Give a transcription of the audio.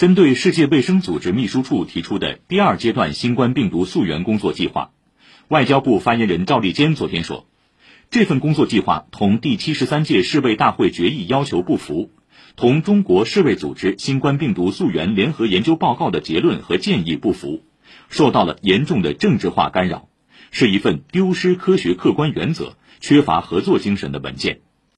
针对世界卫生组织秘书处提出的第二阶段新冠病毒溯源工作计划，外交部发言人赵立坚昨天说，这份工作计划同第73届世卫大会决议要求不符，同中国世卫组织新冠病毒溯源联合研究报告的结论和建议不符，受到了严重的政治化干扰，是一份丢失科学客观原则、缺乏合作精神的文件。